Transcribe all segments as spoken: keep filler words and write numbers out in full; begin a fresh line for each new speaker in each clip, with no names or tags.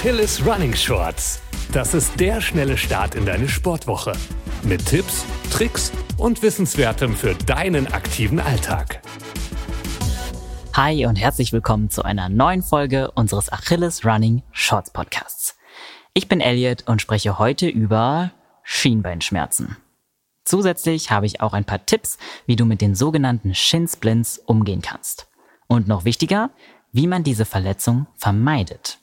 Achilles Running Shorts. Das ist der schnelle Start in deine Sportwoche. Mit Tipps, Tricks und Wissenswertem für deinen aktiven Alltag.
Hi und herzlich willkommen zu einer neuen Folge unseres Achilles Running Shorts Podcasts. Ich bin Elliot und spreche heute über Schienbeinschmerzen. Zusätzlich habe ich auch ein paar Tipps, wie du mit den sogenannten Shin Splints umgehen kannst. Und noch wichtiger, wie man diese Verletzung vermeidet.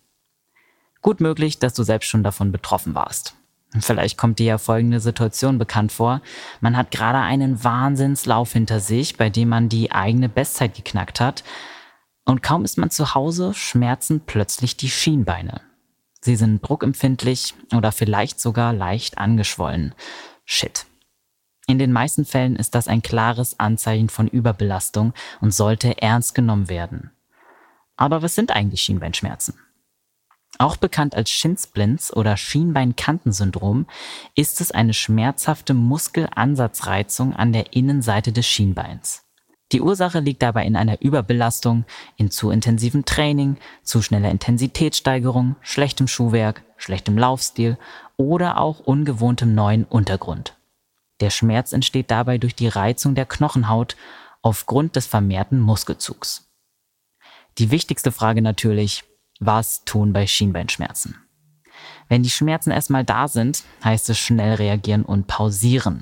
Gut möglich, dass du selbst schon davon betroffen warst. Vielleicht kommt dir ja folgende Situation bekannt vor. Man hat gerade einen Wahnsinnslauf hinter sich, bei dem man die eigene Bestzeit geknackt hat. Und kaum ist man zu Hause, schmerzen plötzlich die Schienbeine. Sie sind druckempfindlich oder vielleicht sogar leicht angeschwollen. Shit. In den meisten Fällen ist das ein klares Anzeichen von Überbelastung und sollte ernst genommen werden. Aber was sind eigentlich Schienbeinschmerzen? Auch bekannt als Shin Splints oder Schienbeinkantensyndrom ist es eine schmerzhafte Muskelansatzreizung an der Innenseite des Schienbeins. Die Ursache liegt dabei in einer Überbelastung, in zu intensivem Training, zu schneller Intensitätssteigerung, schlechtem Schuhwerk, schlechtem Laufstil oder auch ungewohntem neuen Untergrund. Der Schmerz entsteht dabei durch die Reizung der Knochenhaut aufgrund des vermehrten Muskelzugs. Die wichtigste Frage natürlich: Was tun bei Schienbeinschmerzen? Wenn die Schmerzen erstmal da sind, heißt es schnell reagieren und pausieren.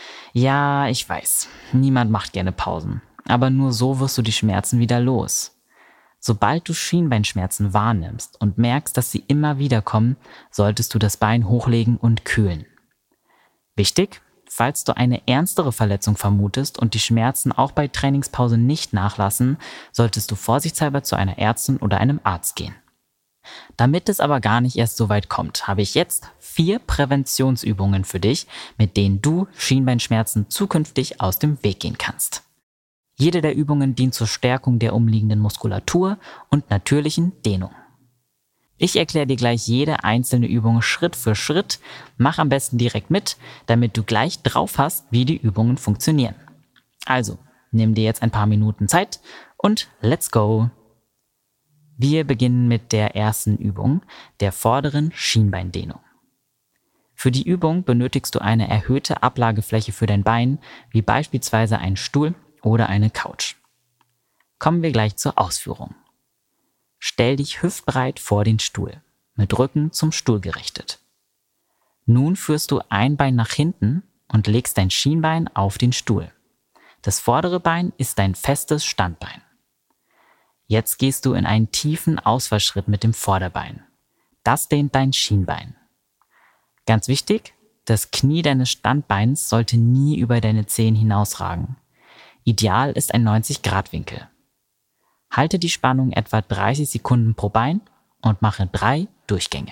Ja, ich weiß, niemand macht gerne Pausen, aber nur so wirst du die Schmerzen wieder los. Sobald du Schienbeinschmerzen wahrnimmst und merkst, dass sie immer wieder kommen, solltest du das Bein hochlegen und kühlen. Wichtig: Falls du eine ernstere Verletzung vermutest und die Schmerzen auch bei Trainingspause nicht nachlassen, solltest du vorsichtshalber zu einer Ärztin oder einem Arzt gehen. Damit es aber gar nicht erst so weit kommt, habe ich jetzt vier Präventionsübungen für dich, mit denen du Schienbeinschmerzen zukünftig aus dem Weg gehen kannst. Jede der Übungen dient zur Stärkung der umliegenden Muskulatur und natürlichen Dehnung. Ich erkläre dir gleich jede einzelne Übung Schritt für Schritt. Mach am besten direkt mit, damit du gleich drauf hast, wie die Übungen funktionieren. Also, nimm dir jetzt ein paar Minuten Zeit und let's go! Wir beginnen mit der ersten Übung, der vorderen Schienbeindehnung. Für die Übung benötigst du eine erhöhte Ablagefläche für dein Bein, wie beispielsweise einen Stuhl oder eine Couch. Kommen wir gleich zur Ausführung. Stell dich hüftbreit vor den Stuhl, mit Rücken zum Stuhl gerichtet. Nun führst du ein Bein nach hinten und legst dein Schienbein auf den Stuhl. Das vordere Bein ist dein festes Standbein. Jetzt gehst du in einen tiefen Ausfallschritt mit dem Vorderbein. Das dehnt dein Schienbein. Ganz wichtig: Das Knie deines Standbeins sollte nie über deine Zehen hinausragen. Ideal ist ein neunzig Grad Winkel. Halte die Spannung etwa dreißig Sekunden pro Bein und mache drei Durchgänge.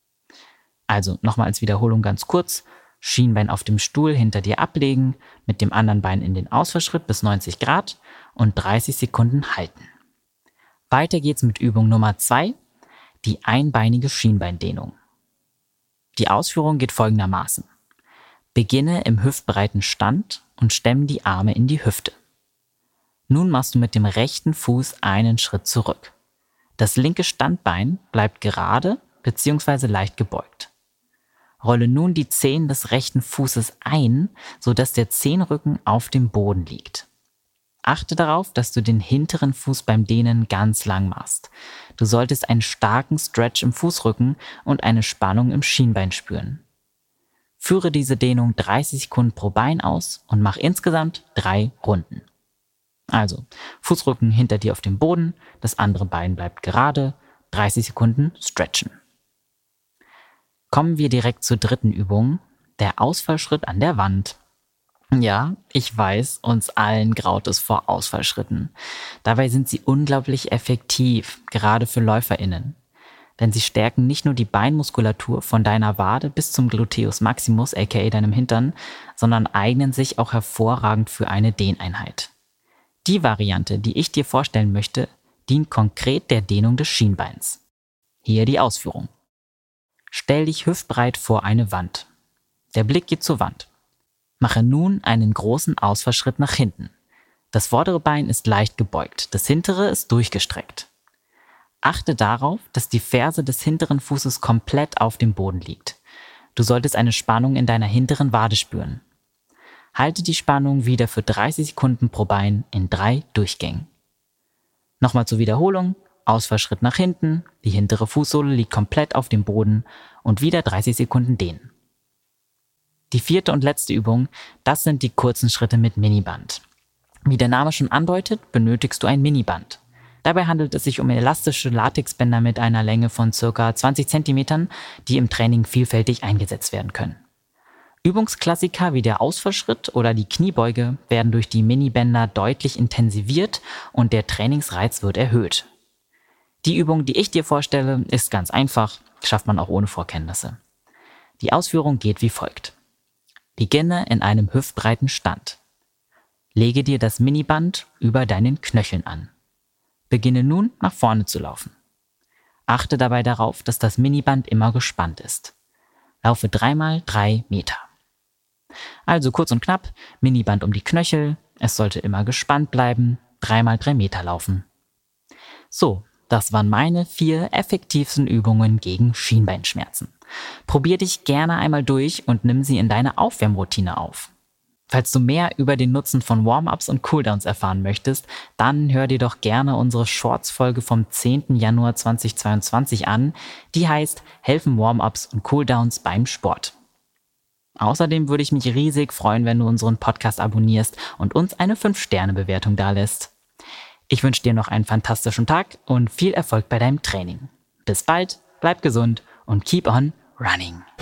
Also nochmal als Wiederholung ganz kurz: Schienbein auf dem Stuhl hinter dir ablegen, mit dem anderen Bein in den Ausfallschritt bis neunzig Grad und dreißig Sekunden halten. Weiter geht's mit Übung Nummer zwei, die einbeinige Schienbeindehnung. Die Ausführung geht folgendermaßen: Beginne im hüftbreiten Stand und stemm die Arme in die Hüfte. Nun machst du mit dem rechten Fuß einen Schritt zurück. Das linke Standbein bleibt gerade bzw. leicht gebeugt. Rolle nun die Zehen des rechten Fußes ein, sodass der Zehenrücken auf dem Boden liegt. Achte darauf, dass du den hinteren Fuß beim Dehnen ganz lang machst. Du solltest einen starken Stretch im Fußrücken und eine Spannung im Schienbein spüren. Führe diese Dehnung dreißig Sekunden pro Bein aus und mach insgesamt drei Runden. Also, Fußrücken hinter dir auf dem Boden, das andere Bein bleibt gerade, dreißig Sekunden stretchen. Kommen wir direkt zur dritten Übung, der Ausfallschritt an der Wand. Ja, ich weiß, uns allen graut es vor Ausfallschritten. Dabei sind sie unglaublich effektiv, gerade für LäuferInnen. Denn sie stärken nicht nur die Beinmuskulatur von deiner Wade bis zum Gluteus Maximus, aka deinem Hintern, sondern eignen sich auch hervorragend für eine Dehneinheit. Die Variante, die ich dir vorstellen möchte, dient konkret der Dehnung des Schienbeins. Hier die Ausführung. Stell dich hüftbreit vor eine Wand. Der Blick geht zur Wand. Mache nun einen großen Ausfallschritt nach hinten. Das vordere Bein ist leicht gebeugt, das hintere ist durchgestreckt. Achte darauf, dass die Ferse des hinteren Fußes komplett auf dem Boden liegt. Du solltest eine Spannung in deiner hinteren Wade spüren. Halte die Spannung wieder für dreißig Sekunden pro Bein in drei Durchgängen. Nochmal zur Wiederholung. Ausfallschritt nach hinten, die hintere Fußsohle liegt komplett auf dem Boden und wieder dreißig Sekunden dehnen. Die vierte und letzte Übung, das sind die kurzen Schritte mit Miniband. Wie der Name schon andeutet, benötigst du ein Miniband. Dabei handelt es sich um elastische Latexbänder mit einer Länge von ca. zwanzig Zentimetern, die im Training vielfältig eingesetzt werden können. Übungsklassiker wie der Ausfallschritt oder die Kniebeuge werden durch die Minibänder deutlich intensiviert und der Trainingsreiz wird erhöht. Die Übung, die ich dir vorstelle, ist ganz einfach, schafft man auch ohne Vorkenntnisse. Die Ausführung geht wie folgt. Beginne in einem hüftbreiten Stand. Lege dir das Miniband über deinen Knöcheln an. Beginne nun nach vorne zu laufen. Achte dabei darauf, dass das Miniband immer gespannt ist. Laufe dreimal drei Meter. Also kurz und knapp, Miniband um die Knöchel, es sollte immer gespannt bleiben, dreimal drei Meter laufen. So, das waren meine vier effektivsten Übungen gegen Schienbeinschmerzen. Probier dich gerne einmal durch und nimm sie in deine Aufwärmroutine auf. Falls du mehr über den Nutzen von Warm-Ups und Cooldowns erfahren möchtest, dann hör dir doch gerne unsere Shorts-Folge vom zehnten Januar zweitausendzweiundzwanzig an, die heißt Helfen Warm-Ups und Cooldowns beim Sport. Außerdem würde ich mich riesig freuen, wenn du unseren Podcast abonnierst und uns eine fünf Sterne Bewertung dalässt. Ich wünsche dir noch einen fantastischen Tag und viel Erfolg bei deinem Training. Bis bald, bleib gesund und keep on running.